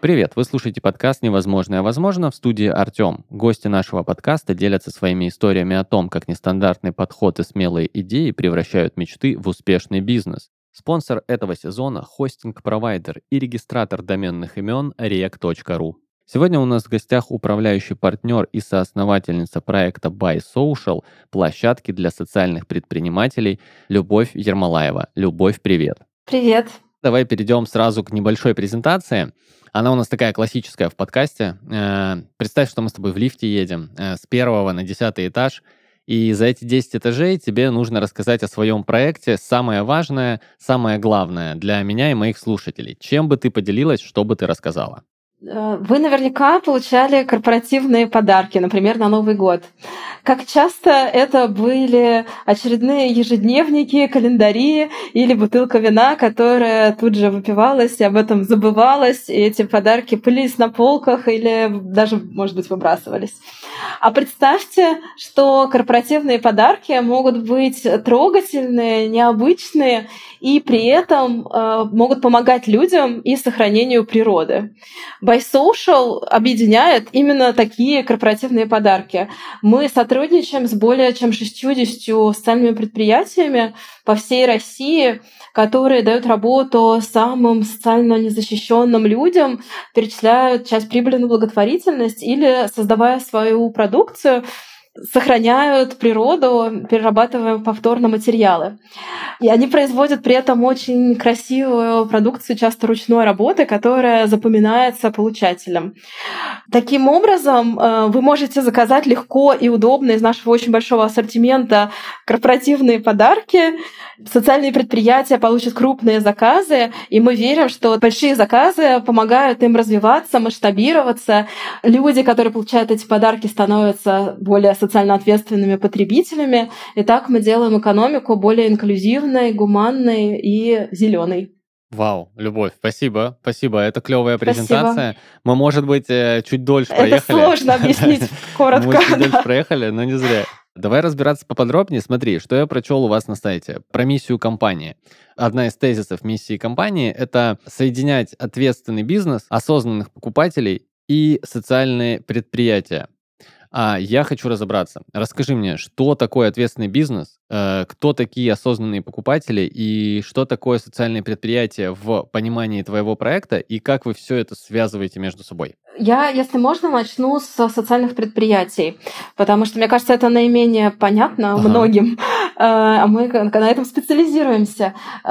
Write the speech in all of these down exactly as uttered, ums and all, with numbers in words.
Привет, вы слушаете подкаст «Невозможное возможно», в студии Артем. Гости нашего подкаста делятся своими историями о том, как нестандартный подход и смелые идеи превращают мечты в успешный бизнес. Спонсор этого сезона – хостинг-провайдер и регистратор доменных имен рек точка ру. Сегодня у нас в гостях управляющий партнер и соосновательница проекта BuySocial, площадки для социальных предпринимателей, Любовь Ермолаева. Любовь, привет. Привет. Давай перейдем сразу к небольшой презентации. Она у нас такая классическая в подкасте. Э, представь, что мы с тобой в лифте едем э, с первого на десятый этаж, и за эти десять этажей тебе нужно рассказать о своем проекте самое важное, самое главное для меня и моих слушателей. Чем бы ты поделилась, что бы ты рассказала? Вы наверняка получали корпоративные подарки, например, на Новый год. Как часто это были очередные ежедневники, календари или бутылка вина, которая тут же выпивалась, и об этом забывалась, и эти подарки пылились на полках или даже, может быть, выбрасывались. А представьте, что корпоративные подарки могут быть трогательные, необычные, и при этом э, могут помогать людям и сохранению природы. BuySocial объединяет именно такие корпоративные подарки. Мы сотрудничаем с более чем шестьюдесятью социальными предприятиями по всей России, которые дают работу самым социально незащищенным людям, перечисляют часть прибыли на благотворительность или, создавая свою продукцию, сохраняют природу, перерабатывая повторно материалы. И они производят при этом очень красивую продукцию, часто ручной работы, которая запоминается получателям. Таким образом, вы можете заказать легко и удобно из нашего очень большого ассортимента корпоративные подарки. Социальные предприятия получат крупные заказы, и мы верим, что большие заказы помогают им развиваться, масштабироваться. Люди, которые получают эти подарки, становятся более социально ответственными потребителями. И так мы делаем экономику более инклюзивной, гуманной и зеленой. Вау, Любовь, спасибо, спасибо. Это клевая презентация. Спасибо. Мы, может быть, чуть дольше Это проехали. Это сложно объяснить коротко. Мы чуть дольше проехали, но не зря. Давай разбираться поподробнее. Смотри, что я прочел у вас на сайте про миссию компании. Одна из тезисов миссии компании — это соединять ответственный бизнес, осознанных покупателей и социальные предприятия. А я хочу разобраться. Расскажи мне, что такое ответственный бизнес, э, кто такие осознанные покупатели и что такое социальные предприятия в понимании твоего проекта и как вы все это связываете между собой? Я, если можно, начну с социальных предприятий, потому что, мне кажется, это наименее понятно ага. многим, а мы на этом специализируемся.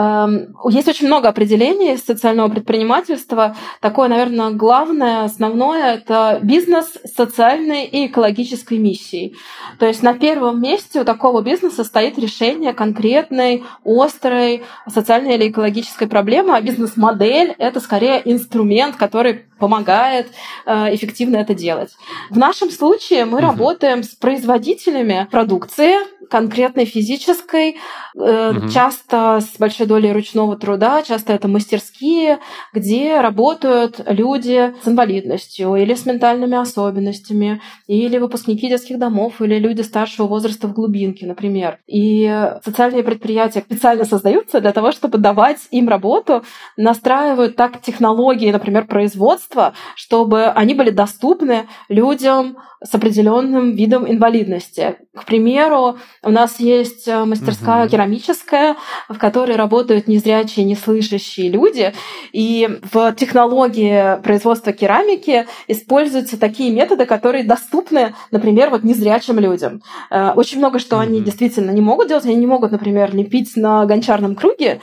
Есть очень много определений социального предпринимательства. Такое, наверное, главное, основное — это бизнес с социальной и экологической миссией. То есть на первом месте у такого бизнеса стоит решение конкретной, острой социальной или экологической проблемы, а бизнес-модель — это скорее инструмент, который помогает эффективно это делать. В нашем случае мы uh-huh. работаем с производителями продукции, конкретной физической, uh-huh. часто с большой долей ручного труда, часто это мастерские, где работают люди с инвалидностью или с ментальными особенностями, или выпускники детских домов, или люди старшего возраста в глубинке, например. И социальные предприятия специально создаются для того, чтобы давать им работу, настраивают так технологии, например, производства, чтобы они были доступны людям с определенным видом инвалидности. К примеру, у нас есть мастерская uh-huh. керамическая, в которой работают незрячие, неслышащие люди, и в технологии производства керамики используются такие методы, которые доступны, например, вот незрячим людям. Очень много что uh-huh. они действительно не могут делать. Они не могут, например, лепить на гончарном круге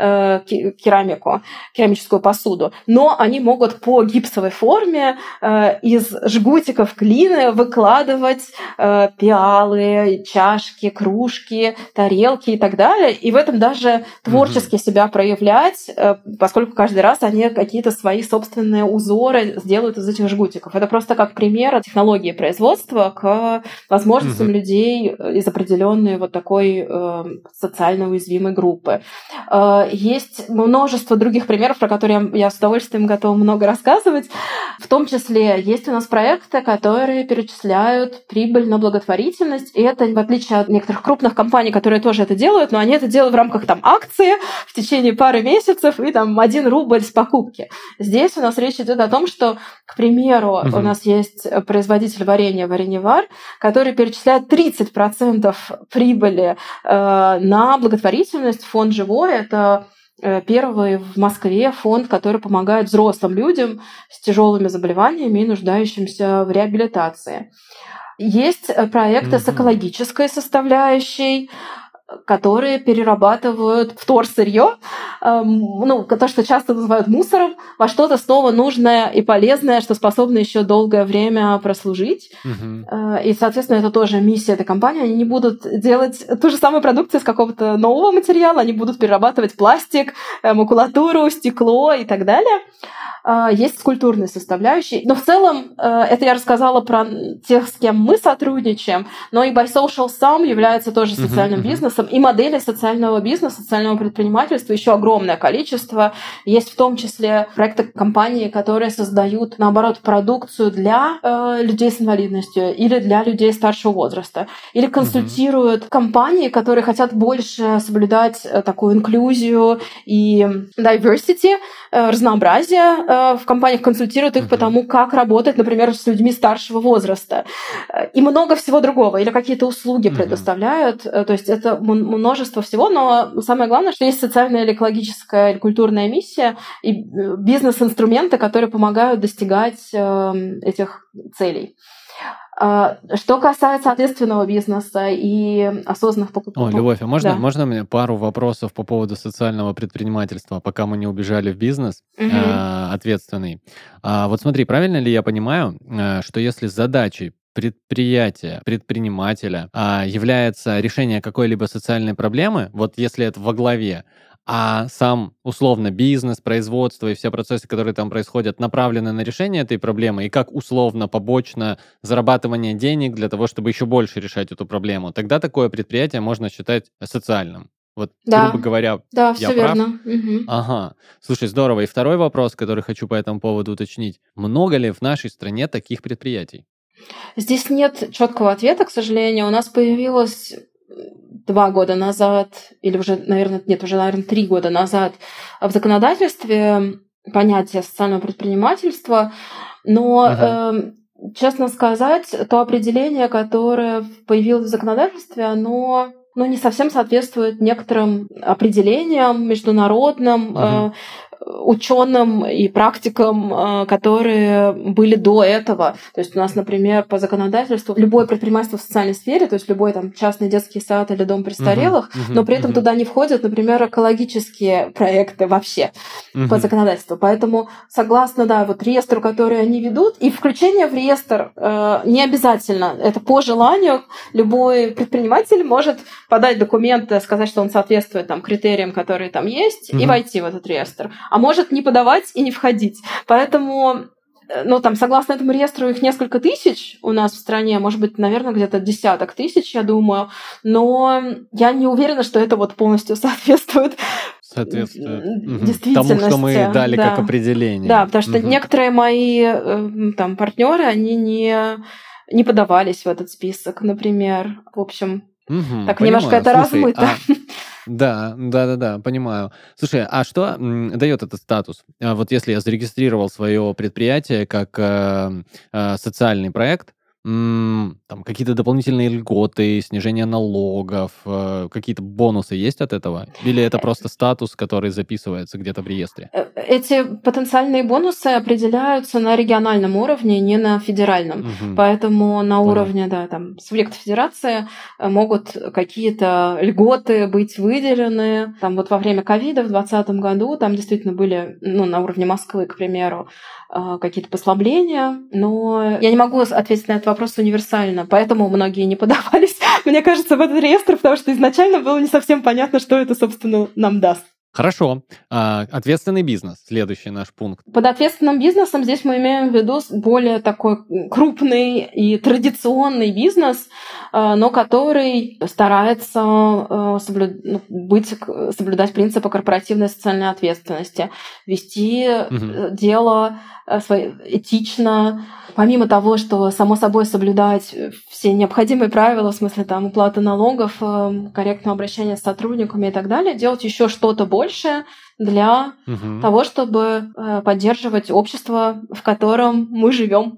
керамику, керамическую посуду, но они могут по гипсовой форме из жгутиков глины выкладывать э, пиалы, чашки, кружки, тарелки и так далее. И в этом даже творчески mm-hmm. себя проявлять, э, поскольку каждый раз они какие-то свои собственные узоры сделают из этих жгутиков. Это просто как пример технологии производства к возможностям mm-hmm. людей из определенной вот такой э, социально уязвимой группы. Э, есть множество других примеров, про которые я, я с удовольствием готова много рассказывать. В том числе есть у нас проекты, которые перечисляют прибыль на благотворительность. И это, в отличие от некоторых некоторых крупных компаний, которые тоже это делают, но они это делают в рамках там акции в течение пары месяцев и там один рубль с покупки. Здесь у нас речь идет о том, что, к примеру, uh-huh. у нас есть производитель варенья Вареньевар, который перечисляет тридцать процентов прибыли э, на благотворительность. Фонд «Живой» — это первый в Москве фонд, который помогает взрослым людям с тяжелыми заболеваниями и нуждающимся в реабилитации. Есть проекты mm-hmm. с экологической составляющей, которые перерабатывают вторсырье, ну, то, что часто называют мусором, во что-то снова нужное и полезное, что способно еще долгое время прослужить. Uh-huh. И, соответственно, это тоже миссия этой компании. Они не будут делать ту же самую продукцию из какого-то нового материала, они будут перерабатывать пластик, макулатуру, стекло и так далее. Есть культурные составляющие. Но в целом, это я рассказала про тех, с кем мы сотрудничаем, но и By Social Sum является тоже социальным uh-huh, бизнесом, uh-huh. и моделей социального бизнеса, социального предпринимательства еще огромное количество. Есть в том числе проекты компании, которые создают, наоборот, продукцию для э, людей с инвалидностью или для людей старшего возраста, или консультируют uh-huh. компании, которые хотят больше соблюдать такую инклюзию и diversity, э, разнообразие. В компаниях консультируют их uh-huh. по тому, как работать, например, с людьми старшего возраста. И много всего другого. Или какие-то услуги uh-huh. предоставляют. То есть это множество всего, но самое главное, что есть социальная или экологическая или культурная миссия и бизнес-инструменты, которые помогают достигать этих целей. Что касается ответственного бизнеса и осознанных покупок. О, Любовь, а можно, да. можно мне пару вопросов по поводу социального предпринимательства, пока мы не убежали в бизнес угу. э, ответственный? А, вот смотри, правильно ли я понимаю, э, что если задачей предприятия, предпринимателя а, является решение какой-либо социальной проблемы, вот если это во главе, а сам, условно, бизнес, производство и все процессы, которые там происходят, направлены на решение этой проблемы, и как, условно, побочно зарабатывание денег для того, чтобы еще больше решать эту проблему, тогда такое предприятие можно считать социальным. Вот, да. грубо говоря, да, я все прав? верно. Угу. Ага. Слушай, здорово. И второй вопрос, который хочу по этому поводу уточнить. Много ли в нашей стране таких предприятий? Здесь нет четкого ответа, к сожалению. У нас появилось два года назад, или уже, наверное, нет, уже, наверное, три года назад в законодательстве понятие социального предпринимательства, но, uh-huh. э, честно сказать, то определение, которое появилось в законодательстве, оно ну, не совсем соответствует некоторым определениям международным, uh-huh. э, ученым и практикам, которые были до этого. То есть у нас, например, по законодательству любое предпринимательство в социальной сфере, то есть любой там частный детский сад или дом престарелых, uh-huh, uh-huh, но при этом uh-huh. туда не входят, например, экологические проекты вообще uh-huh. по законодательству. Поэтому согласно, да, вот реестру, который они ведут, и включение в реестр э, не обязательно. Это по желанию. Любой предприниматель может подать документы, сказать, что он соответствует там критериям, которые там есть, uh-huh. и войти в этот реестр. А может не подавать и не входить. Поэтому, ну, там, согласно этому реестру, их несколько тысяч у нас в стране, может быть, наверное, где-то десяток тысяч, я думаю, но я не уверена, что это вот полностью соответствует Соответствует действительности. Тому, что мы дали да. как определение. Да, потому что угу. некоторые мои там партнеры, они не, не подавались в этот список, например. В общем, угу, так понимаю. немножко это Слушай, размыто. А... Да, да, да, да, понимаю. Слушай, а что м, дает этот статус? А вот если я зарегистрировал свое предприятие как э, э, социальный проект, м, там какие-то дополнительные льготы, снижение налогов, э, какие-то бонусы есть от этого? Или это просто статус, который записывается где-то в реестре? Эти потенциальные бонусы определяются на региональном уровне, не на федеральном. Угу. Поэтому на Понял. уровне, да, там, субъекта федерации могут какие-то льготы быть выделены. Там вот во время ковида в двадцатом году там действительно были, ну, на уровне Москвы, к примеру, какие-то послабления. Но я не могу ответить на этот вопрос универсально, поэтому многие не подавались, мне кажется, в этот реестр, потому что изначально было не совсем понятно, что это, собственно, нам даст. Хорошо. А, ответственный бизнес. Следующий наш пункт. Под ответственным бизнесом здесь мы имеем в виду более такой крупный и традиционный бизнес, но который старается соблюд... быть, соблюдать принципы корпоративной социальной ответственности, вести угу. дело этично, помимо того, что, само собой, соблюдать все необходимые правила, в смысле там уплаты налогов, корректного обращения с сотрудниками и так далее, делать еще что-то большее для угу. того, чтобы поддерживать общество, в котором мы живем,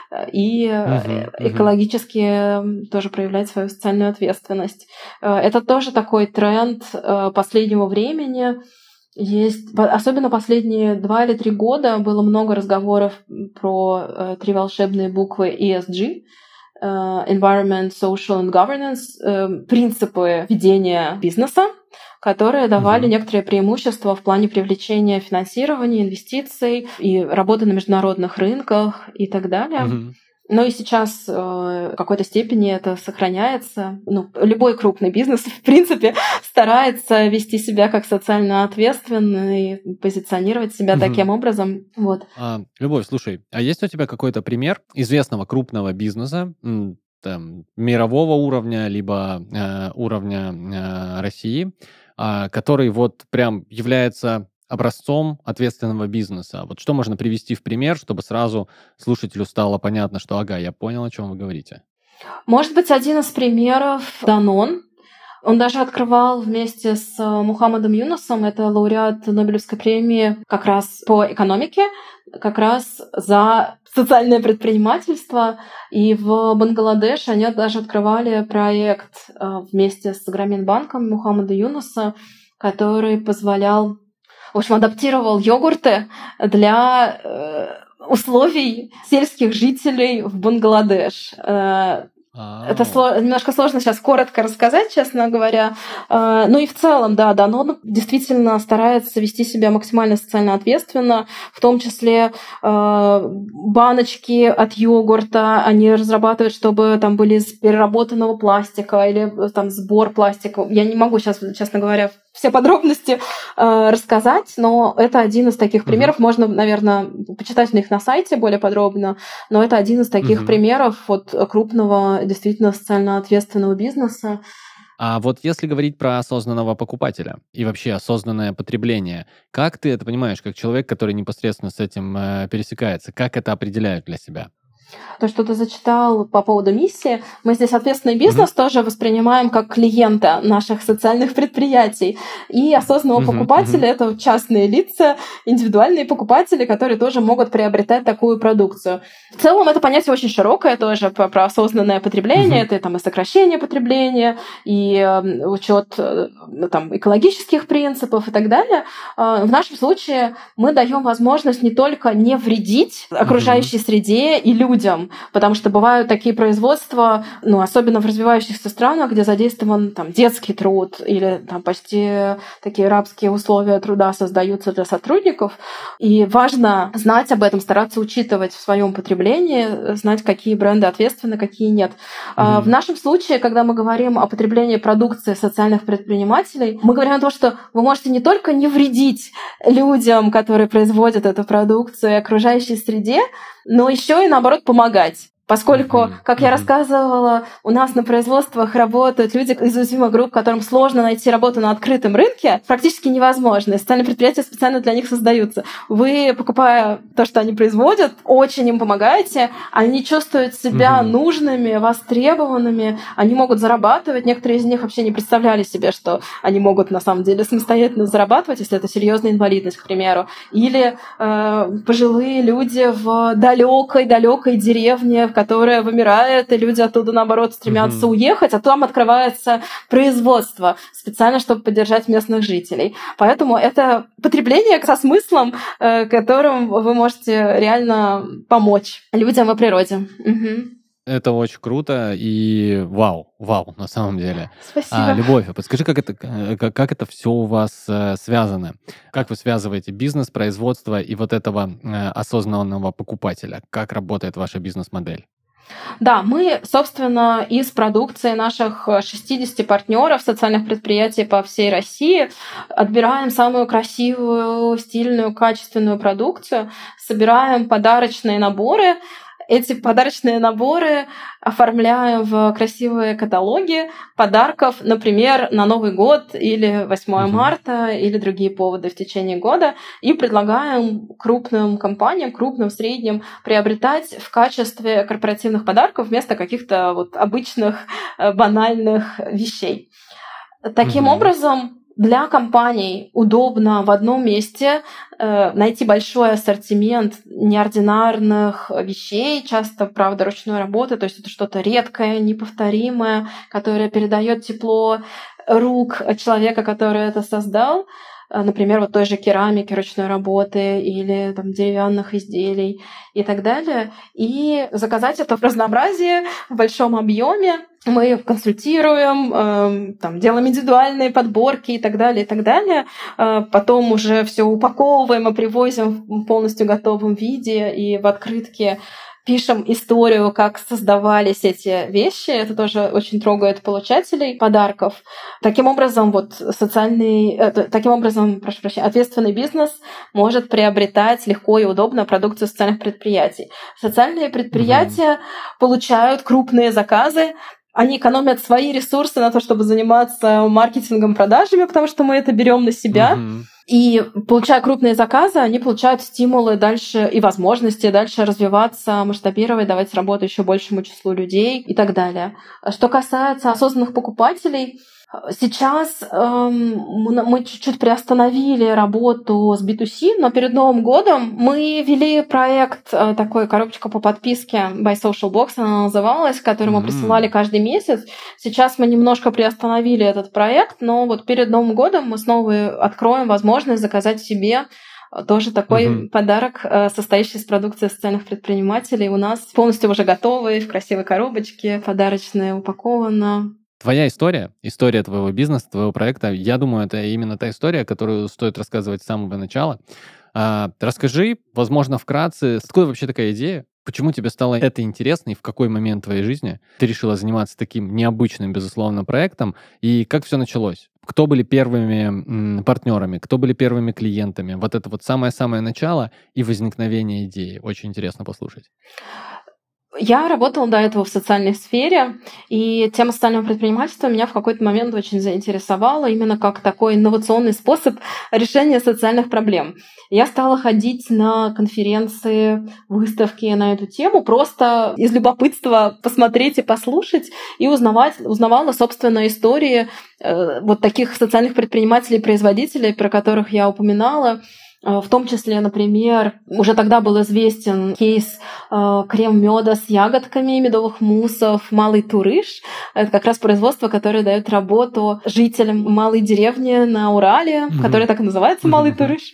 и угу, экологически угу. тоже проявлять свою социальную ответственность. Это тоже такой тренд последнего времени. Есть, особенно последние два или три года было много разговоров про э, три волшебные буквы и эс джи, э, Environment, Social and Governance, э, принципы ведения бизнеса, которые давали mm-hmm. некоторые преимущества в плане привлечения финансирования, инвестиций и работы на международных рынках и так далее. Mm-hmm. Но и сейчас э, в какой-то степени это сохраняется. Ну, любой крупный бизнес, в принципе, старается вести себя как социально ответственный, позиционировать себя угу. таким образом. Вот. А, Любовь, слушай, а есть у тебя какой-то пример известного крупного бизнеса, там, мирового уровня, либо э, уровня э, России, э, который вот прям является образцом ответственного бизнеса? Вот что можно привести в пример, чтобы сразу слушателю стало понятно, что ага, я понял, о чем вы говорите? Может быть, один из примеров Danone. Он даже открывал вместе с Мухаммадом Юнусом, это лауреат Нобелевской премии как раз по экономике, как раз за социальное предпринимательство. И в Бангладеш они даже открывали проект вместе с Граминбанком Мухаммада Юнуса, который позволял В общем, адаптировал йогурты для э, условий сельских жителей в Бангладеш. Э, Это сло- немножко сложно сейчас коротко рассказать, честно говоря. Э, ну и в целом, да, Danone действительно старается вести себя максимально социально ответственно, в том числе э, баночки от йогурта они разрабатывают, чтобы там были из переработанного пластика или там сбор пластика. Я не могу сейчас, честно говоря, все подробности э, рассказать, но это один из таких примеров. Mm-hmm. Можно, наверное, почитать у них на сайте более подробно, но это один из таких mm-hmm. примеров вот крупного, действительно социально ответственного бизнеса. А вот если говорить про осознанного покупателя и вообще осознанное потребление, как ты это понимаешь, как человек, который непосредственно с этим э, пересекается, как это определяют для себя? То, что ты зачитал по поводу миссии, мы здесь ответственный бизнес mm-hmm. тоже воспринимаем как клиента наших социальных предприятий. И осознанного mm-hmm. покупателя mm-hmm. — это частные лица, индивидуальные покупатели, которые тоже могут приобретать такую продукцию. В целом это понятие очень широкое тоже про, про осознанное потребление. Mm-hmm. Это там и сокращение потребления, и э, учет э, там, экологических принципов и так далее. Э, в нашем случае мы даем возможность не только не вредить окружающей mm-hmm. среде и людям, потому что бывают такие производства, ну, особенно в развивающихся странах, где задействован там детский труд или там почти такие рабские условия труда создаются для сотрудников. И важно знать об этом, стараться учитывать в своем потреблении, знать, какие бренды ответственны, какие нет. Mm-hmm. В нашем случае, когда мы говорим о потреблении продукции социальных предпринимателей, мы говорим о том, что вы можете не только не вредить людям, которые производят эту продукцию, и окружающей среде, но еще и, наоборот, помогать. Поскольку, как я рассказывала, у нас на производствах работают люди из уязвимых групп, которым сложно найти работу на открытом рынке, практически невозможно. И социальные предприятия специально для них создаются. Вы, покупая то, что они производят, очень им помогаете. Они чувствуют себя mm-hmm. нужными, востребованными. Они могут зарабатывать. Некоторые из них вообще не представляли себе, что они могут на самом деле самостоятельно зарабатывать, если это серьезная инвалидность, к примеру. Или э, пожилые люди в далекой-далекой деревне, которая вымирает, и люди оттуда, наоборот, стремятся mm-hmm. уехать, а там открывается производство специально, чтобы поддержать местных жителей. Поэтому это потребление со смыслом, которым вы можете реально помочь людям и природе. Mm-hmm. Это очень круто и вау, вау, на самом деле. Спасибо. А, Любовь, подскажи, как это, как, как это все у вас э, связано? Как вы связываете бизнес, производство и вот этого э, осознанного покупателя? Как работает ваша бизнес-модель? Да, мы, собственно, из продукции наших шестидесяти партнеров социальных предприятий по всей России отбираем самую красивую, стильную, качественную продукцию, собираем подарочные наборы. эти подарочные наборы оформляем в красивые каталоги подарков, например, на Новый год или восьмое марта или другие поводы в течение года, и предлагаем крупным компаниям, крупным, средним, приобретать в качестве корпоративных подарков вместо каких-то вот обычных банальных вещей. Таким mm-hmm. образом, для компаний удобно в одном месте э, найти большой ассортимент неординарных вещей, часто, правда, ручной работы, то есть это что-то редкое, неповторимое, которое передает тепло рук человека, который это создал. Например, вот той же керамики ручной работы или там, деревянных изделий и так далее. И заказать это в разнообразии, в большом объеме. Мы консультируем, э, там, делаем индивидуальные подборки и так далее, и так далее. Э, потом уже все упаковываем и привозим в полностью готовом виде и в открытке. Пишем историю, как создавались эти вещи. Это тоже очень трогает получателей подарков. Таким образом, вот социальный, э, таким образом, прошу прощения, ответственный бизнес может приобретать легко и удобно продукцию социальных предприятий. Социальные предприятия mm-hmm. получают крупные заказы. Они экономят свои ресурсы на то, чтобы заниматься маркетингом, продажами, потому что мы это берем на себя. Mm-hmm. И получая крупные заказы, они получают стимулы дальше и возможности дальше развиваться, масштабировать, давать работу еще большему числу людей и так далее. Что касается осознанных покупателей, сейчас эм, мы чуть-чуть приостановили работу с би ту си, но перед Новым годом мы вели проект, э, такой коробочка по подписке by Social Box, она называлась, который мы присылали каждый месяц. Сейчас мы немножко приостановили этот проект, но вот перед Новым годом мы снова откроем возможность заказать себе тоже такой uh-huh. подарок, состоящий из продукции социальных предпринимателей. У нас полностью уже готовый, в красивой коробочке, подарочная, упакована. Твоя история, история твоего бизнеса, твоего проекта, я думаю, это именно та история, которую стоит рассказывать с самого начала. А, расскажи, возможно, вкратце, откуда вообще такая идея? Почему тебе стало это интересно и в какой момент твоей жизни ты решила заниматься таким необычным, безусловно, проектом? И как все началось? Кто были первыми м, партнерами? Кто были первыми клиентами? Вот это вот самое-самое начало и возникновение идеи. Очень интересно послушать. Я работала до этого в социальной сфере, и тема социального предпринимательства меня в какой-то момент очень заинтересовала именно как такой инновационный способ решения социальных проблем. Я стала ходить на конференции, выставки на эту тему, просто из любопытства посмотреть и послушать, и узнавать, узнавала, собственно, истории э, вот таких социальных предпринимателей, производителей, про которых я упоминала. В том числе, например, уже тогда был известен кейс э, крем-меда с ягодками, медовых муссов «Малый Турыш». Это как раз производство, которое дает работу жителям малой деревни на Урале, mm-hmm. которая так и называется «Малый mm-hmm. Турыш».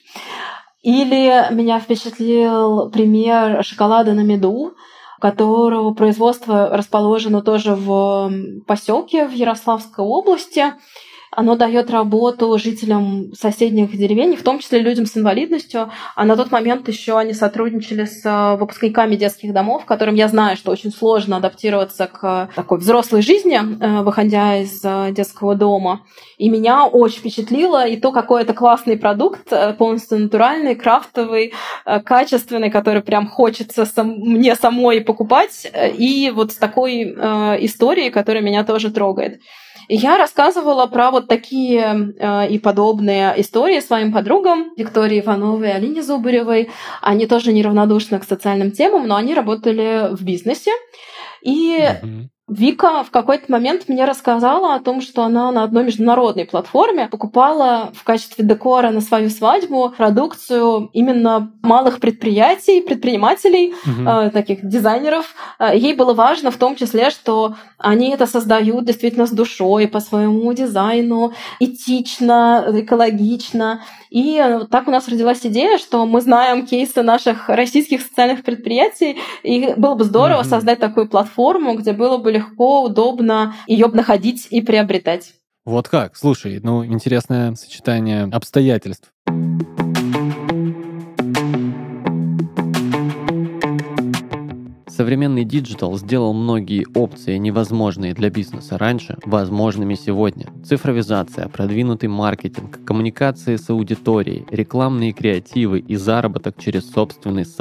Или меня впечатлил пример шоколада на меду, которого производство расположено тоже в поселке в Ярославской области. Оно дает работу жителям соседних деревень, в том числе людям с инвалидностью. А на тот момент еще они сотрудничали с выпускниками детских домов, которым я знаю, что очень сложно адаптироваться к такой взрослой жизни, выходя из детского дома. И меня очень впечатлило и то, какой это классный продукт, полностью натуральный, крафтовый, качественный, который прям хочется сам, мне самой покупать. И вот с такой историей, которая меня тоже трогает. И я рассказывала про вот такие э, и подобные истории своим подругам, Виктории Ивановой и Алине Зубаревой. Они тоже неравнодушны к социальным темам, но они работали в бизнесе. И mm-hmm. Вика в какой-то момент мне рассказала о том, что она на одной международной платформе покупала в качестве декора на свою свадьбу продукцию именно малых предприятий, предпринимателей, mm-hmm. э, таких дизайнеров. Ей было важно в том числе, что они это создают действительно с душой, по своему дизайну, этично, экологично. И так у нас родилась идея, что мы знаем кейсы наших российских социальных предприятий, и было бы здорово mm-hmm. создать такую платформу, где было бы легко, удобно ее находить и приобретать. Вот как? Слушай, ну, интересное сочетание обстоятельств. Современный диджитал сделал многие опции, невозможные для бизнеса раньше, возможными сегодня. Цифровизация, продвинутый маркетинг, коммуникации с аудиторией, рекламные креативы и заработок через собственный сайт.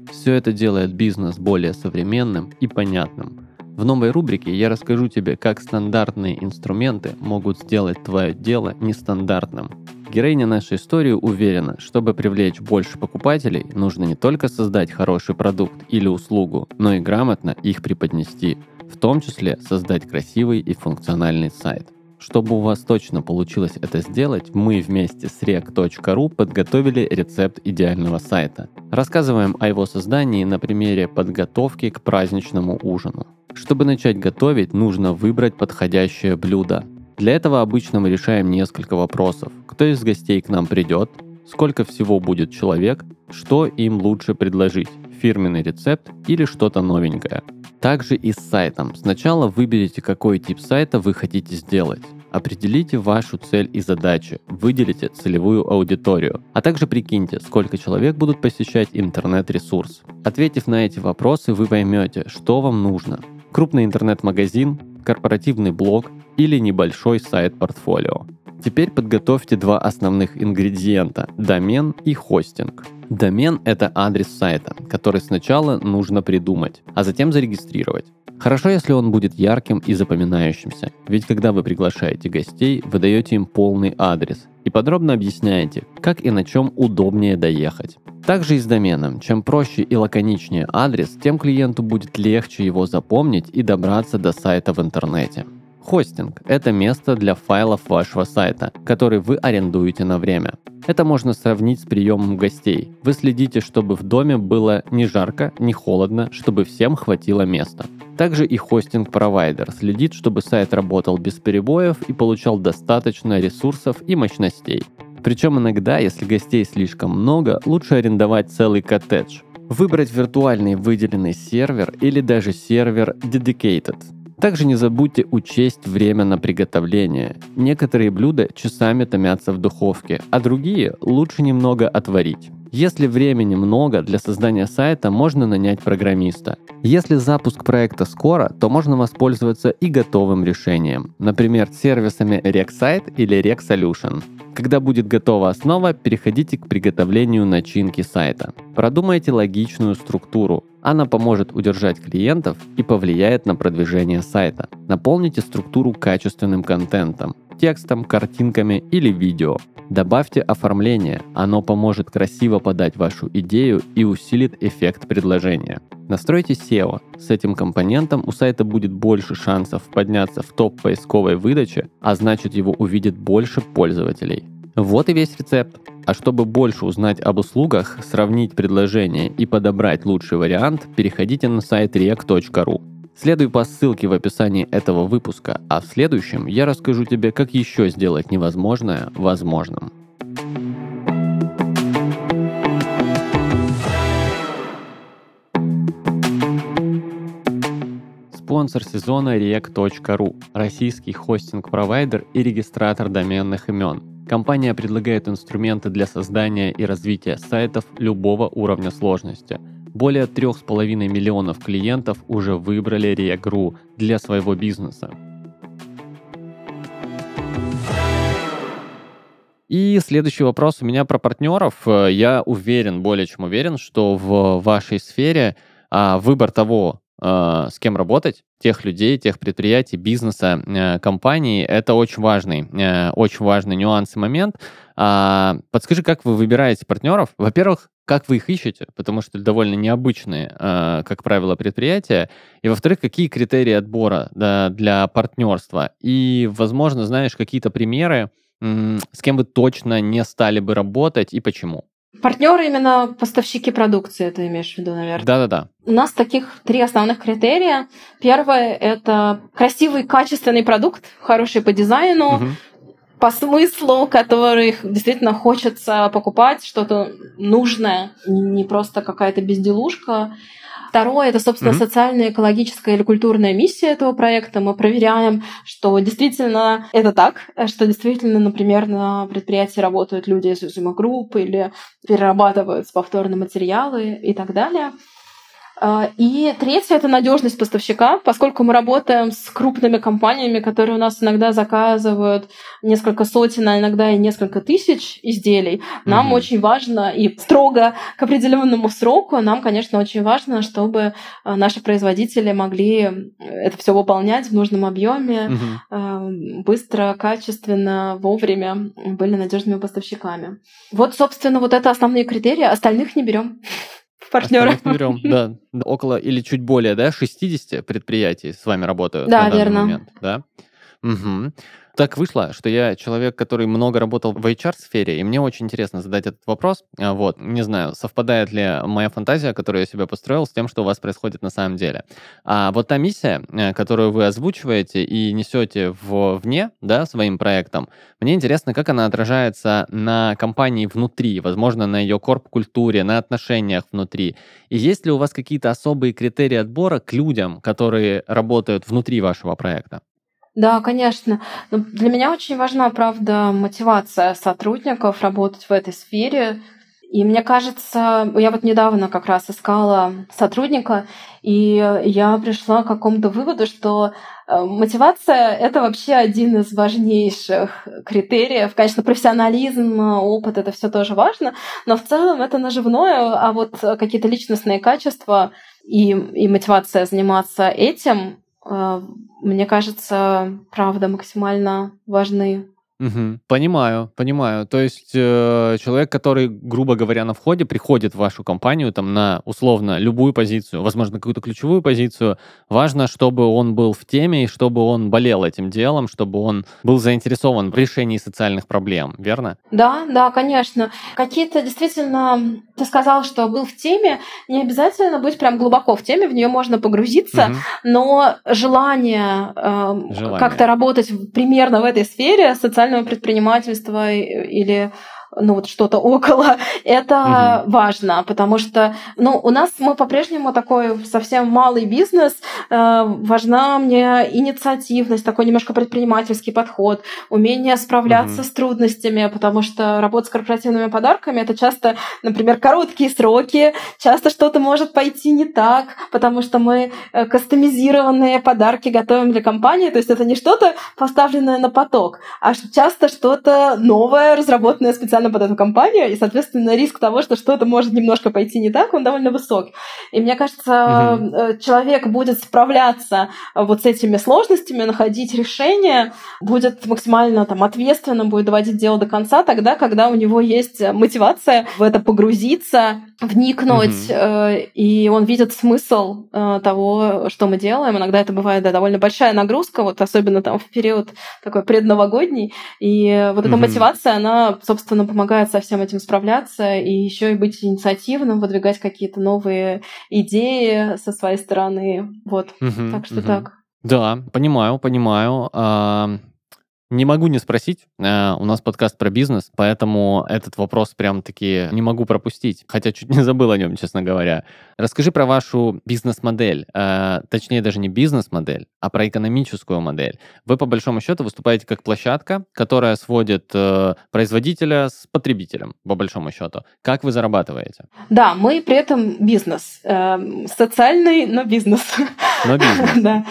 Все это делает бизнес более современным и понятным. В новой рубрике я расскажу тебе, как стандартные инструменты могут сделать твое дело нестандартным. Героиня нашей истории уверена, чтобы привлечь больше покупателей, нужно не только создать хороший продукт или услугу, но и грамотно их преподнести, в том числе создать красивый и функциональный сайт. Чтобы у вас точно получилось это сделать, мы вместе с рек точка ру подготовили рецепт идеального сайта. Рассказываем о его создании на примере подготовки к праздничному ужину. Чтобы начать готовить, нужно выбрать подходящее блюдо. Для этого обычно мы решаем несколько вопросов. Кто из гостей к нам придет? Сколько всего будет человек? Что им лучше предложить? Фирменный рецепт или что-то новенькое? Также и с сайтом. Сначала выберите, какой тип сайта вы хотите сделать. Определите вашу цель и задачи, выделите целевую аудиторию, а также прикиньте, сколько человек будут посещать интернет-ресурс. Ответив на эти вопросы, вы поймете, что вам нужно. Крупный интернет-магазин, корпоративный блог или небольшой сайт-портфолио. Теперь подготовьте два основных ингредиента – домен и хостинг. Домен – это адрес сайта, который сначала нужно придумать, а затем зарегистрировать. Хорошо, если он будет ярким и запоминающимся, ведь когда вы приглашаете гостей, вы даете им полный адрес и подробно объясняете, как и на чем удобнее доехать. Также и с доменом. Чем проще и лаконичнее адрес, тем клиенту будет легче его запомнить и добраться до сайта в интернете. Хостинг – это место для файлов вашего сайта, который вы арендуете на время. Это можно сравнить с приемом гостей. Вы следите, чтобы в доме было не жарко, не холодно, чтобы всем хватило места. Также и хостинг-провайдер следит, чтобы сайт работал без перебоев и получал достаточно ресурсов и мощностей. Причем иногда, если гостей слишком много, лучше арендовать целый коттедж. Выбрать виртуальный выделенный сервер или даже сервер dedicated. Также не забудьте учесть время на приготовление. Некоторые блюда часами томятся в духовке, а другие лучше немного отварить. Если времени много, для создания сайта можно нанять программиста. Если запуск проекта скоро, то можно воспользоваться и готовым решением, например, сервисами RecSite или RecSolution. Когда будет готова основа, переходите к приготовлению начинки сайта. Продумайте логичную структуру. Она поможет удержать клиентов и повлияет на продвижение сайта. Наполните структуру качественным контентом, текстом, картинками или видео. Добавьте оформление. Оно поможет красиво подать вашу идею и усилит эффект предложения. Настройте сео. С этим компонентом у сайта будет больше шансов подняться в топ поисковой выдачи, а значит его увидит больше пользователей. Вот и весь рецепт. А чтобы больше узнать об услугах, сравнить предложения и подобрать лучший вариант, переходите на сайт рек точка ру. Следуй по ссылке в описании этого выпуска, а в следующем я расскажу тебе, как еще сделать невозможное возможным. Спонсор сезона рек точка ру – российский хостинг-провайдер и регистратор доменных имен. Компания предлагает инструменты для создания и развития сайтов любого уровня сложности. Более трех с половиной миллионов клиентов уже выбрали рек точка ру для своего бизнеса. И следующий вопрос у меня про партнеров. Я уверен, более чем уверен, что в вашей сфере а, выбор того, а, с кем работать, тех людей, тех предприятий, бизнеса, а, компаний, это очень важный, а, очень важный нюанс и момент. А, подскажи, как вы выбираете партнеров? Во-первых, как вы их ищете, потому что это довольно необычные, а, как правило, предприятия. И, во-вторых, какие критерии отбора, да, для партнерства? И, возможно, знаешь, какие-то примеры, м, с кем вы точно не стали бы работать и почему? Партнеры именно поставщики продукции, ты имеешь в виду, наверное? Да-да-да. У нас таких три основных критерия. Первое — это красивый, качественный продукт, хороший по дизайну, Угу. по смыслу, который действительно хочется покупать, что-то нужное, не просто какая-то безделушка. Второе — это, собственно, Мгм. социальная, экологическая или культурная миссия этого проекта. Мы проверяем, что действительно это так, что действительно, например, на предприятии работают люди из изюмогрупп или перерабатываются повторно материалы и так далее. И третье — это надежность поставщика, поскольку мы работаем с крупными компаниями, которые у нас иногда заказывают несколько сотен, а иногда и несколько тысяч изделий. Нам mm-hmm. очень важно, и строго к определенному сроку, нам, конечно, очень важно, чтобы наши производители могли это все выполнять в нужном объеме, mm-hmm. быстро, качественно, вовремя, были надежными поставщиками. Вот, собственно, вот это основные критерии, остальных не берем. Партнеры. Остальных не берем, да. Около или чуть более, да, шестьдесят предприятий с вами работают да, на данный верно. момент, да? Угу. Так вышло, что я человек, который много работал в эйч ар-сфере, и мне очень интересно задать этот вопрос. Вот, не знаю, совпадает ли моя фантазия, которую я себе построил, с тем, что у вас происходит на самом деле. А вот та миссия, которую вы озвучиваете и несете вне, да, своим проектом, мне интересно, как она отражается на компании внутри, возможно, на ее корп-культуре, на отношениях внутри. И есть ли у вас какие-то особые критерии отбора к людям, которые работают внутри вашего проекта? Да, конечно. Но для меня очень важна, правда, мотивация сотрудников работать в этой сфере. И мне кажется, я вот недавно как раз искала сотрудника, и я пришла к какому-то выводу, что мотивация — это вообще один из важнейших критериев. Конечно, профессионализм, опыт — это все тоже важно, но в целом это наживное, а вот какие-то личностные качества и, и мотивация заниматься этим, мне кажется, правда, максимально важны. Угу. Понимаю, понимаю. То есть э, человек, который, грубо говоря, на входе приходит в вашу компанию там на условно любую позицию, возможно, какую-то ключевую позицию, важно, чтобы он был в теме и чтобы он болел этим делом, чтобы он был заинтересован в решении социальных проблем, верно? Да, да, конечно. Какие-то действительно, ты сказал, что был в теме, не обязательно быть прям глубоко в теме, в нее можно погрузиться, угу. но желание, э, желание как-то работать примерно в этой сфере социального предпринимательства или ну вот что-то около, это угу. важно, потому что ну, у нас мы по-прежнему такой совсем малый бизнес, э, важна мне инициативность, такой немножко предпринимательский подход, умение справляться угу. с трудностями, потому что работа с корпоративными подарками — это часто, например, короткие сроки, часто что-то может пойти не так, потому что мы кастомизированные подарки готовим для компании, то есть это не что-то поставленное на поток, а часто что-то новое, разработанное специально под эту компанию, и, соответственно, риск того, что что-то может немножко пойти не так, он довольно высок. И мне кажется, угу. человек будет справляться вот с этими сложностями, находить решения, будет максимально там ответственно, будет доводить дело до конца тогда, когда у него есть мотивация в это погрузиться, вникнуть, угу. и он видит смысл того, что мы делаем. Иногда это бывает да, довольно большая нагрузка, вот особенно там в период такой предновогодний, и вот эта угу. мотивация, она, собственно, помогает со всем этим справляться и еще и быть инициативным, выдвигать какие-то новые идеи со своей стороны. Вот, угу, так что угу. так. Да, понимаю, понимаю. А, не могу не спросить. А, у нас подкаст про бизнес, поэтому этот вопрос прям-таки не могу пропустить, хотя чуть не забыл о нем, честно говоря. Расскажи про вашу бизнес-модель, а, точнее даже не бизнес-модель, а про экономическую модель. Вы, по большому счету, выступаете как площадка, которая сводит э, производителя с потребителем, по большому счету. Как вы зарабатываете? Да, мы при этом бизнес. Э, социальный, но бизнес. Но бизнес. Да.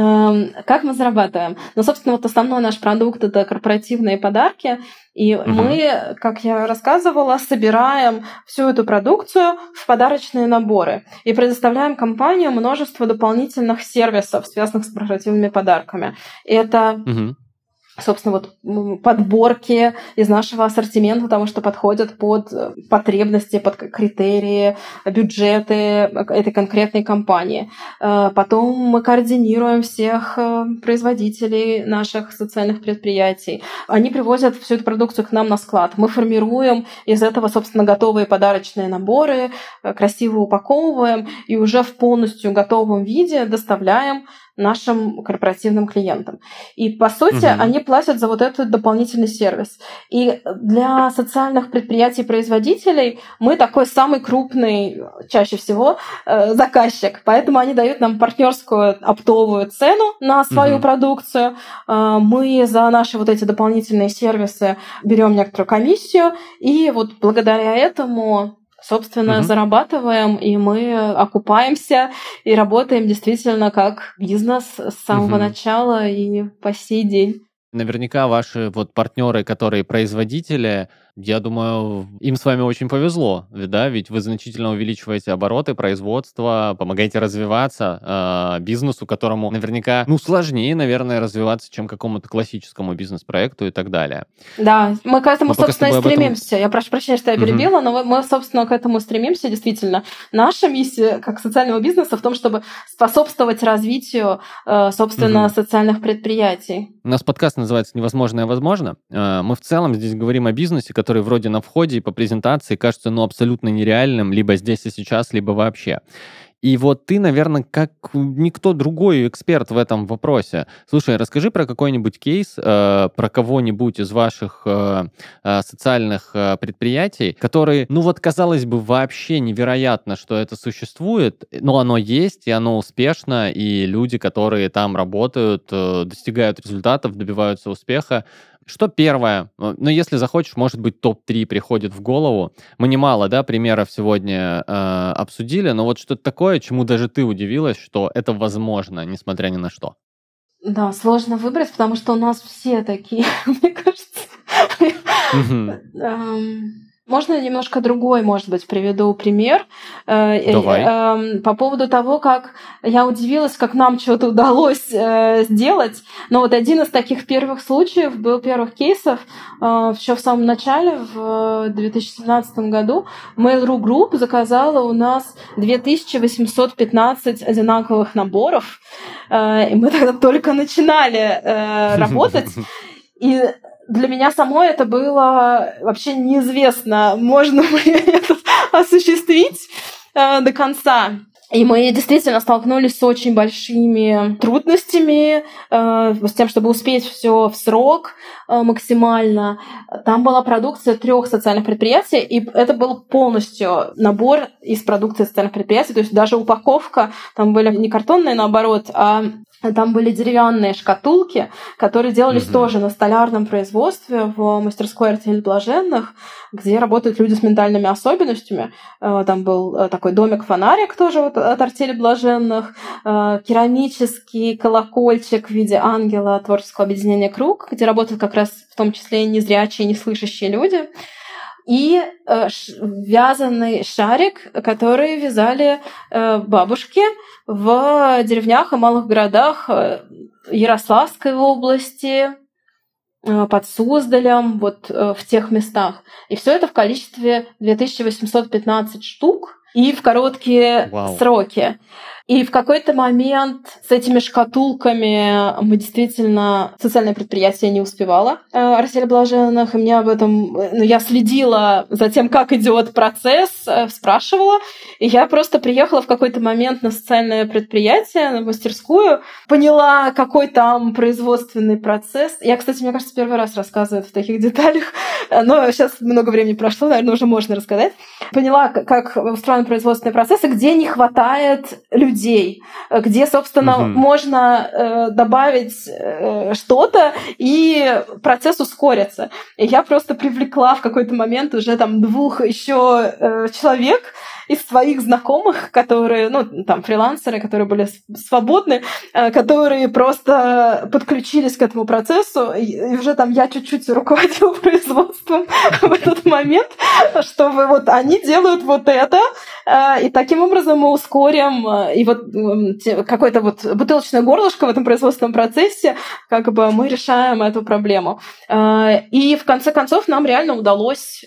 Э, как мы зарабатываем? Ну, собственно, вот основной наш продукт — это корпоративные подарки. И угу. мы, как я рассказывала, собираем всю эту продукцию в подарочные наборы и предоставляем компании множество дополнительных сервисов, связанных с корпоративными подарками. Это... Угу. собственно, вот подборки из нашего ассортимента того, что подходит под потребности, под критерии, бюджеты этой конкретной компании. Потом мы координируем всех производителей наших социальных предприятий. Они привозят всю эту продукцию к нам на склад. Мы формируем из этого, собственно, готовые подарочные наборы, красиво упаковываем и уже в полностью готовом виде доставляем нашим корпоративным клиентам. И, по сути, угу. они платят за вот этот дополнительный сервис. И для социальных предприятий-производителей мы такой самый крупный, чаще всего, заказчик. Поэтому они дают нам партнерскую оптовую цену на свою угу. продукцию. Мы за наши вот эти дополнительные сервисы берем некоторую комиссию. И вот благодаря этому... собственно, Мгм. зарабатываем, и мы окупаемся, и работаем действительно как бизнес с самого Мгм. начала и по сей день. Наверняка ваши вот партнеры, которые производители, я думаю, им с вами очень повезло, ведь, да, ведь вы значительно увеличиваете обороты, производство, помогаете развиваться а, бизнесу, которому наверняка, ну, сложнее, наверное, развиваться, чем какому-то классическому бизнес-проекту и так далее. Да, мы к этому, Мы пока с собственно, и тобой об этом... стремимся. Я прошу прощения, что я Мгм. перебила, но мы- мы, собственно, к этому стремимся, действительно. Наша миссия как социального бизнеса в том, чтобы способствовать развитию, э, собственно, Мгм. социальных предприятий. У нас подкаст называется «Невозможное возможно». Э, Мы в целом здесь говорим о бизнесе, который вроде на входе и по презентации кажется ну, абсолютно нереальным, либо здесь и сейчас, либо вообще. И вот ты, наверное, как никто другой эксперт в этом вопросе. Слушай, расскажи про какой-нибудь кейс, э, про кого-нибудь из ваших э, э, социальных э, предприятий, который, ну вот, казалось бы, вообще невероятно, что это существует, но оно есть, и оно успешно, и люди, которые там работают, э, достигают результатов, добиваются успеха. Что первое? Э, Ну, если захочешь, может быть, топ три приходит в голову. Мы немало, да, примеров сегодня э, обсудили, но вот что-то такое, чему даже ты удивилась, что это возможно, несмотря ни на что. Да, сложно выбрать, потому что у нас все такие, мне кажется. Мгм. Эм, Можно немножко другой, может быть, приведу пример. Э, э, Давай. эм, По поводу того, как я удивилась, как нам что-то удалось э, сделать. Но вот один из таких первых случаев был, первых кейсов, еще в самом начале, в две тысячи семнадцатом году, Mail.ru Group заказала у нас две тысячи восемьсот пятнадцать одинаковых наборов. Э, И мы тогда только начинали э, работать. И для меня самой это было вообще неизвестно, можно ли это осуществить э, до конца. И мы действительно столкнулись с очень большими трудностями, э, с тем, чтобы успеть все в срок э, максимально. Там была продукция трех социальных предприятий, и это был полностью набор из продукции социальных предприятий, то есть даже упаковка, там были не картонные, наоборот, а там были деревянные шкатулки, которые делались Мгм. тоже на столярном производстве в мастерской «Артель блаженных», где работают люди с ментальными особенностями. Э, Там был э, такой домик-фонарик тоже вот от «Артели блаженных», э, керамический колокольчик в виде ангела творческого объединения «Круг», где работают как раз в том числе и незрячие, и неслышащие люди. И э, ш- вязаный шарик, который вязали э, бабушки в деревнях и малых городах э, Ярославской области, э, под Суздалем, вот э, в тех местах. И все это в количестве две тысячи восемьсот пятнадцать штук и в короткие Вау. сроки. И в какой-то момент с этими шкатулками мы действительно... Социальное предприятие не успевало, э, «Артель блаженных», и мне об этом... э, Ну, я следила за тем, как идет процесс, э, спрашивала, и я просто приехала в какой-то момент на социальное предприятие, на мастерскую, поняла, какой там производственный процесс. Я, кстати, мне кажется, первый раз рассказываю в таких деталях, но сейчас много времени прошло, наверное, уже можно рассказать. Поняла, к- как устроен производственный процесс и где не хватает людей, где, собственно, Мгм. можно э, добавить э, что-то, и процесс ускорится. И я просто привлекла в какой-то момент уже там двух еще э, человек из своих знакомых, которые, ну, там, фрилансеры, которые были с- свободны, э, которые просто подключились к этому процессу, и и уже там я чуть-чуть руководила производством в этот момент, чтобы вот они делают вот это, э, и таким образом мы ускорим, э, и вот м, те- какое-то вот бутылочное горлышко в этом производственном процессе, как бы мы решаем эту проблему. Э, И в конце концов нам реально удалось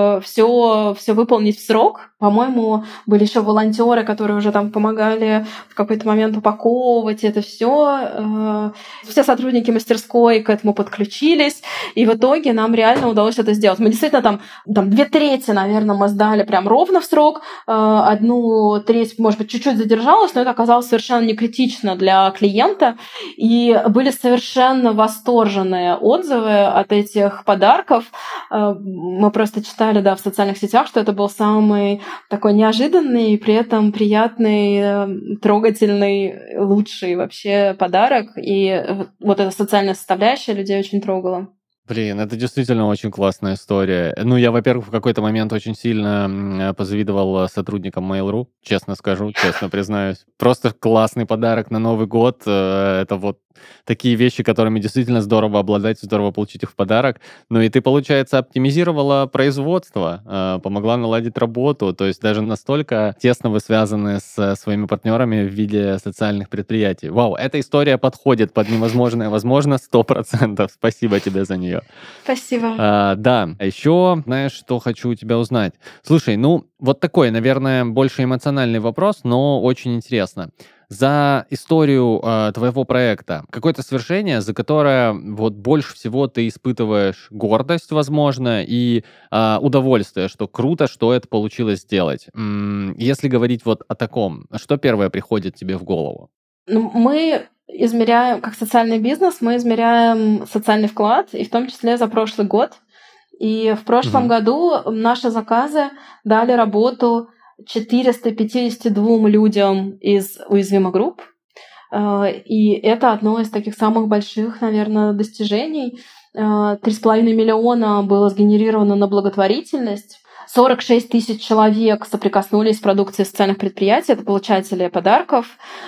все, все выполнить в срок. По-моему, были еще волонтеры, которые уже там помогали в какой-то момент упаковывать это все. Все сотрудники мастерской к этому подключились, и в итоге нам реально удалось это сделать. Мы действительно там, там две трети, наверное, мы сдали прям ровно в срок, э, одну треть, может быть, чуть-чуть задержалась, но это оказалось совершенно не критично для клиента, и были совершенно восторженные отзывы от этих подарков. Э, Мы просто читали, да, в социальных сетях, что это был самый такой неожиданный и при этом приятный, э, трогательный, лучший вообще подарок. И э, вот эта социальная составляющая людей очень трогала. Блин, это действительно очень классная история. Ну, я, во-первых, в какой-то момент очень сильно позавидовал сотрудникам Mail.ru, честно скажу, честно признаюсь. Просто классный подарок на Новый год. Это вот такие вещи, которыми действительно здорово обладать, здорово получить их в подарок. Ну и ты, получается, оптимизировала производство, помогла наладить работу, то есть даже настолько тесно вы связаны с своими партнерами в виде социальных предприятий. Вау, эта история подходит под невозможное возможно сто процентов. Спасибо тебе за нее. Спасибо. А, да, а еще, знаешь, что хочу у тебя узнать? Слушай, ну, вот такой, наверное, больше эмоциональный вопрос, но очень интересно. За историю э, твоего проекта какое-то свершение, за которое вот больше всего ты испытываешь гордость, возможно, и э, удовольствие, что круто, что это получилось сделать. М- если говорить вот о таком, что первое приходит тебе в голову? Ну, мы измеряем, как социальный бизнес, мы измеряем социальный вклад, и в том числе за прошлый год. И в прошлом Мгм. году наши заказы дали работу четырёмстам пятидесяти двум людям из уязвимых групп. И это одно из таких самых больших, наверное, достижений. Три с половиной миллиона было сгенерировано на благотворительность. сорок шесть тысяч человек соприкоснулись с продукцией социальных предприятий, это получатели подарков,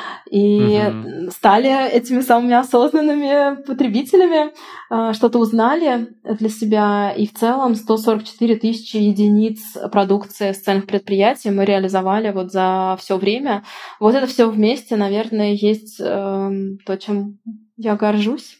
и Мгм. стали этими самыми осознанными потребителями, что-то узнали для себя, и в целом сто сорок четыре тысячи единиц продукции социальных предприятий мы реализовали вот за все время. Вот это все вместе, наверное, есть э, то, чем я горжусь.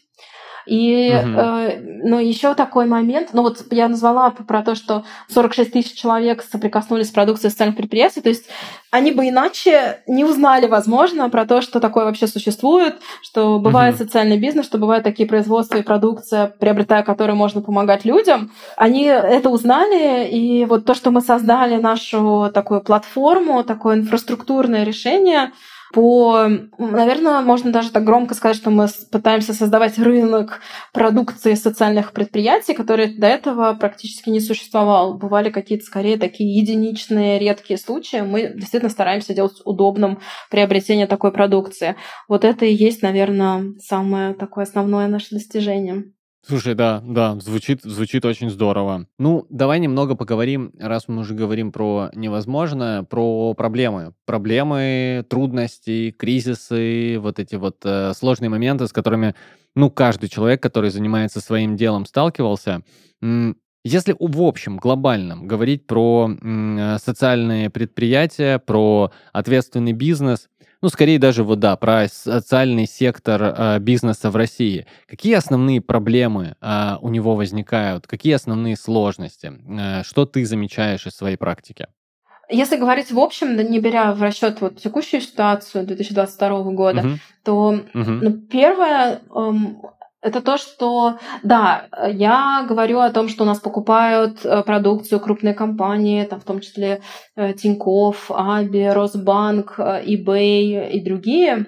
И Мгм. э, ну, еще такой момент, ну вот я назвала про то, что сорок шесть тысяч человек соприкоснулись с продукцией социальных предприятий, то есть они бы иначе не узнали, возможно, про то, что такое вообще существует, что бывает Мгм. социальный бизнес, что бывают такие производства и продукция, приобретая которые можно помогать людям. Они это узнали, и вот то, что мы создали нашу такую платформу, такое инфраструктурное решение, по, наверное, можно даже так громко сказать, что мы пытаемся создавать рынок продукции социальных предприятий, который до этого практически не существовал. Бывали какие-то, скорее, такие единичные, редкие случаи. Мы действительно стараемся делать удобным приобретение такой продукции. Вот это и есть, наверное, самое такое основное наше достижение. Слушай, да, да, звучит, звучит очень здорово. Ну, давай немного поговорим, раз мы уже говорим про невозможное, про проблемы. Проблемы, трудности, кризисы, вот эти вот э, сложные моменты, с которыми, ну, каждый человек, который занимается своим делом, сталкивался. М, Если в общем, глобальном, говорить про м, э, социальные предприятия, про ответственный бизнес, ну, скорее даже вот да, про социальный сектор э, бизнеса в России. Какие основные проблемы а, у него возникают? Какие основные сложности? Э, что ты замечаешь из своей практики? Если говорить в общем, да, не беря в расчет вот текущую ситуацию две тысячи двадцать второго года, Мгм. то Мгм. ну, первое эм, это то, что, да, я говорю о том, что у нас покупают э, продукцию крупные компании, там, в том числе э, Тинькофф, Аби, Росбанк, э, eBay и другие.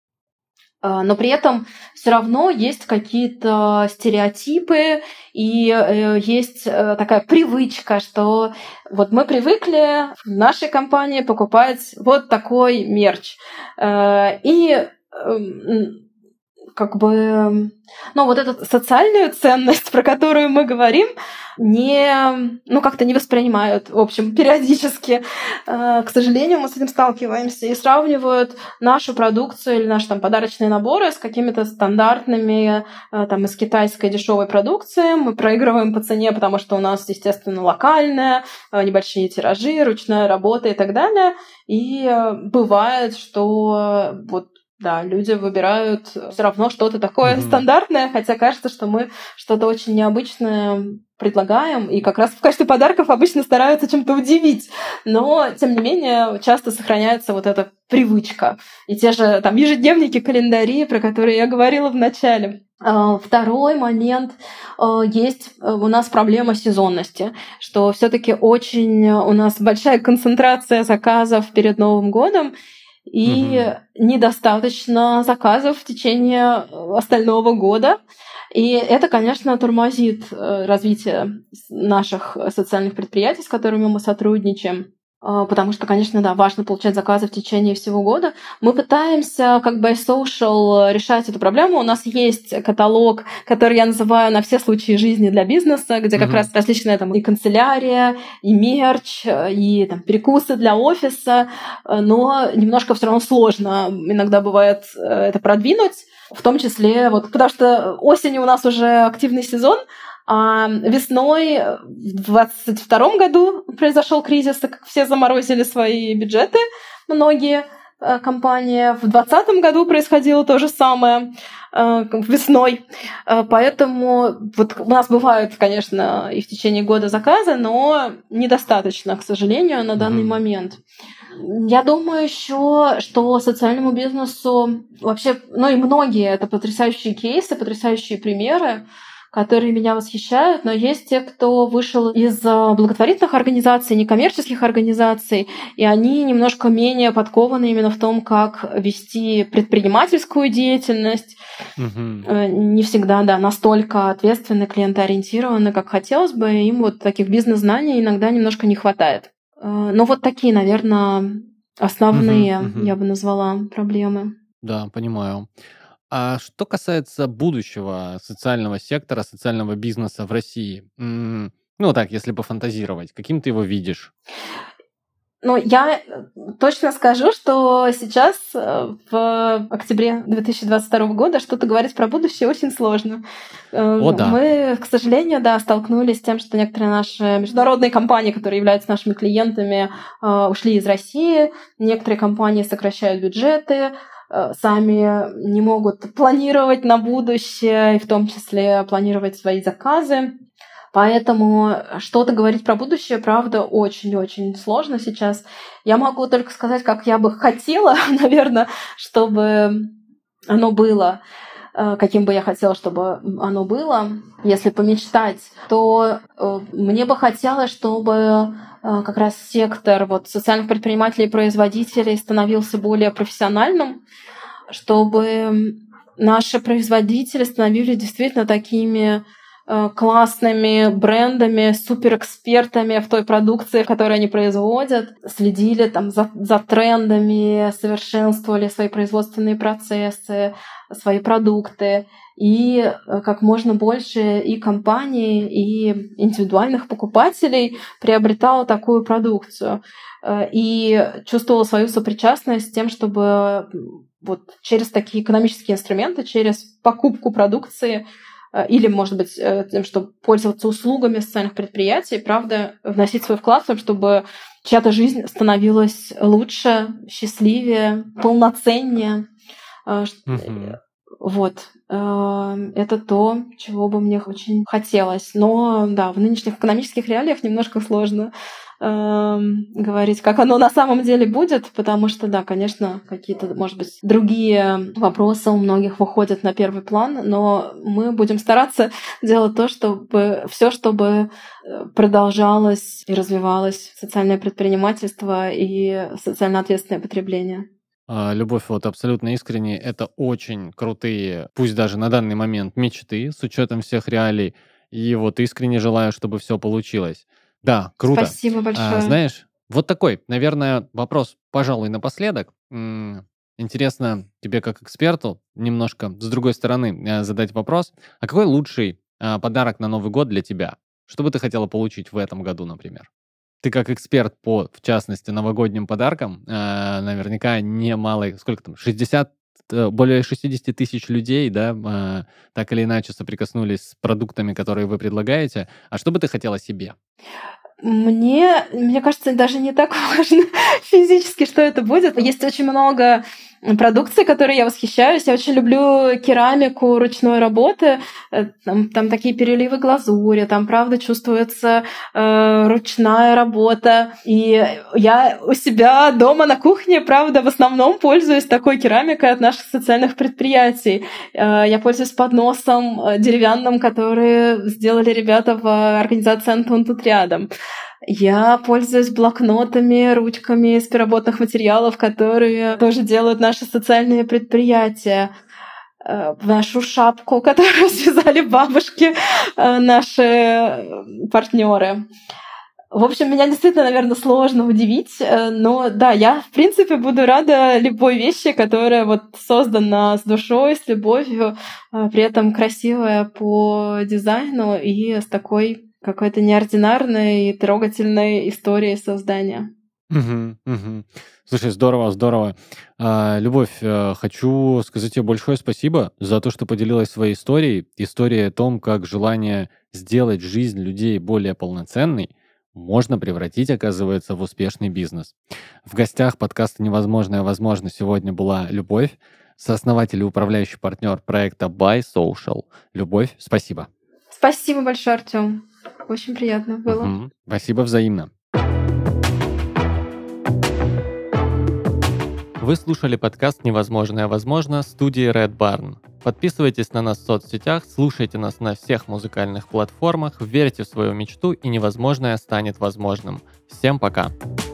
Э, Но при этом все равно есть какие-то стереотипы и э, есть э, такая привычка, что вот мы привыкли в нашей компании покупать вот такой мерч. Э, И эм, как бы, ну, вот эту социальную ценность, про которую мы говорим, не, ну, как-то не воспринимают, в общем, периодически. Э, К сожалению, мы с этим сталкиваемся и сравнивают нашу продукцию или наши там подарочные наборы с какими-то стандартными э, там из китайской дешевой продукции. Мы проигрываем по цене, потому что у нас, естественно, локальная, э, небольшие тиражи, ручная работа и так далее. И э, бывает, что э, вот да, люди выбирают все равно что-то такое Мгм. стандартное, хотя кажется, что мы что-то очень необычное предлагаем, и как раз в качестве подарков обычно стараются чем-то удивить. Но, тем не менее, часто сохраняется вот эта привычка. И те же там ежедневники, календари, про которые я говорила в начале. Второй момент. Есть у нас проблема сезонности, что все-таки очень у нас большая концентрация заказов перед Новым годом, и Мгм. недостаточно заказов в течение остального года. И это, конечно, тормозит развитие наших социальных предприятий, с которыми мы сотрудничаем. потому что, конечно, да, важно получать заказы в течение всего года. Мы пытаемся, как бы, iSocial решать эту проблему. У нас есть каталог, который я называю «На все случаи жизни для бизнеса», где как mm-hmm. раз различные там и канцелярия, и мерч, и там перекусы для офиса, но немножко все равно сложно иногда бывает это продвинуть, в том числе, вот, потому что осенью у нас уже активный сезон, а весной в двадцать втором году произошел кризис, так как все заморозили свои бюджеты, многие э, компании. В двадцатом году происходило то же самое э, весной. Э, поэтому вот у нас бывают, конечно, и в течение года заказы, но недостаточно, к сожалению, на данный mm-hmm. момент. Я думаю еще, что социальному бизнесу вообще, ну и многие, это потрясающие кейсы, потрясающие примеры, которые меня восхищают, но есть те, кто вышел из благотворительных организаций, некоммерческих организаций, и они немножко менее подкованы именно в том, как вести предпринимательскую деятельность. Mm-hmm. Не всегда, да, настолько ответственны, клиентоориентированы, как хотелось бы. Им вот таких бизнес-знаний иногда немножко не хватает. Но вот такие, наверное, основные, mm-hmm. Mm-hmm. я бы назвала, проблемы. Да, понимаю. А что касается будущего социального сектора, социального бизнеса в России, ну так, если пофантазировать, каким ты его видишь? Ну, я точно скажу, что сейчас, в октябре две тысячи двадцать второго года, что-то говорить про будущее очень сложно. О, да. Мы, к сожалению, да, столкнулись с тем, что некоторые наши международные компании, которые являются нашими клиентами, ушли из России, некоторые компании сокращают бюджеты, сами не могут планировать на будущее, и в том числе планировать свои заказы. Поэтому что-то говорить про будущее, правда, очень-очень сложно сейчас. Я могу только сказать, как я бы хотела, наверное, чтобы оно было, каким бы я хотела, чтобы оно было. Если помечтать, то мне бы хотелось, чтобы как раз сектор вот, социальных предпринимателей и производителей становился более профессиональным, чтобы наши производители становились действительно такими классными брендами, суперэкспертами в той продукции, которую они производят, следили там за, за трендами, совершенствовали свои производственные процессы, свои продукты, и как можно больше и компаний, и индивидуальных покупателей приобретало такую продукцию и чувствовало свою сопричастность с тем, чтобы вот через такие экономические инструменты, через покупку продукции или, может быть, тем, чтобы пользоваться услугами социальных предприятий, правда, вносить свой вклад в том, чтобы чья-то жизнь становилась лучше, счастливее, полноценнее. Mm-hmm. Вот. Это то, чего бы мне очень хотелось. Но, да, в нынешних экономических реалиях немножко сложно говорить, как оно на самом деле будет, потому что, да, конечно, какие-то, может быть, другие вопросы у многих выходят на первый план, но мы будем стараться делать то, чтобы все, чтобы продолжалось и развивалось социальное предпринимательство и социально ответственное потребление. Любовь, вот абсолютно искренне, это очень крутые, пусть даже на данный момент, мечты с учетом всех реалий, и вот искренне желаю, чтобы все получилось. Да, круто. Спасибо большое. А, знаешь, вот такой, наверное, вопрос, пожалуй, напоследок. М-м, интересно тебе как эксперту немножко с другой стороны э, задать вопрос. А какой лучший э, подарок на Новый год для тебя? Что бы ты хотела получить в этом году, например? Ты как эксперт по, в частности, новогодним подаркам, э, наверняка немалый, сколько там, шестьдесят, э, более шестьдесят тысяч людей, да, э, так или иначе соприкоснулись с продуктами, которые вы предлагаете. А что бы ты хотела себе? Мне, мне кажется, даже не так важно физически, что это будет. Есть очень много продукции, которой я восхищаюсь. Я очень люблю керамику ручной работы. Там, там такие переливы глазури, там, правда, чувствуется э, ручная работа. И я у себя дома на кухне, правда, в основном пользуюсь такой керамикой от наших социальных предприятий. Э, я пользуюсь подносом деревянным, который сделали ребята в организации «Антон тут рядом». Я пользуюсь блокнотами, ручками из переработанных материалов, которые тоже делают наши социальные предприятия. Нашу шапку, которую связали бабушки, наши партнеры. В общем, меня действительно, наверное, сложно удивить, но да, я, в принципе, буду рада любой вещи, которая вот создана с душой, с любовью, при этом красивая по дизайну и с такой какой-то неординарной и трогательной историей создания. Угу, угу. Слушай, здорово, здорово. А, Любовь, э, хочу сказать тебе большое спасибо за то, что поделилась своей историей. Историей о том, как желание сделать жизнь людей более полноценной можно превратить, оказывается, в успешный бизнес. В гостях подкаста «Невозможное возможно» сегодня была Любовь, сооснователь и управляющий партнер проекта Buy Social. Любовь, спасибо. Спасибо большое, Артём. Очень приятно было. Угу. Спасибо взаимно. Вы слушали подкаст «Невозможное возможно» студии Red Barn. Подписывайтесь на нас в соцсетях, слушайте нас на всех музыкальных платформах, верьте в свою мечту, и невозможное станет возможным. Всем пока!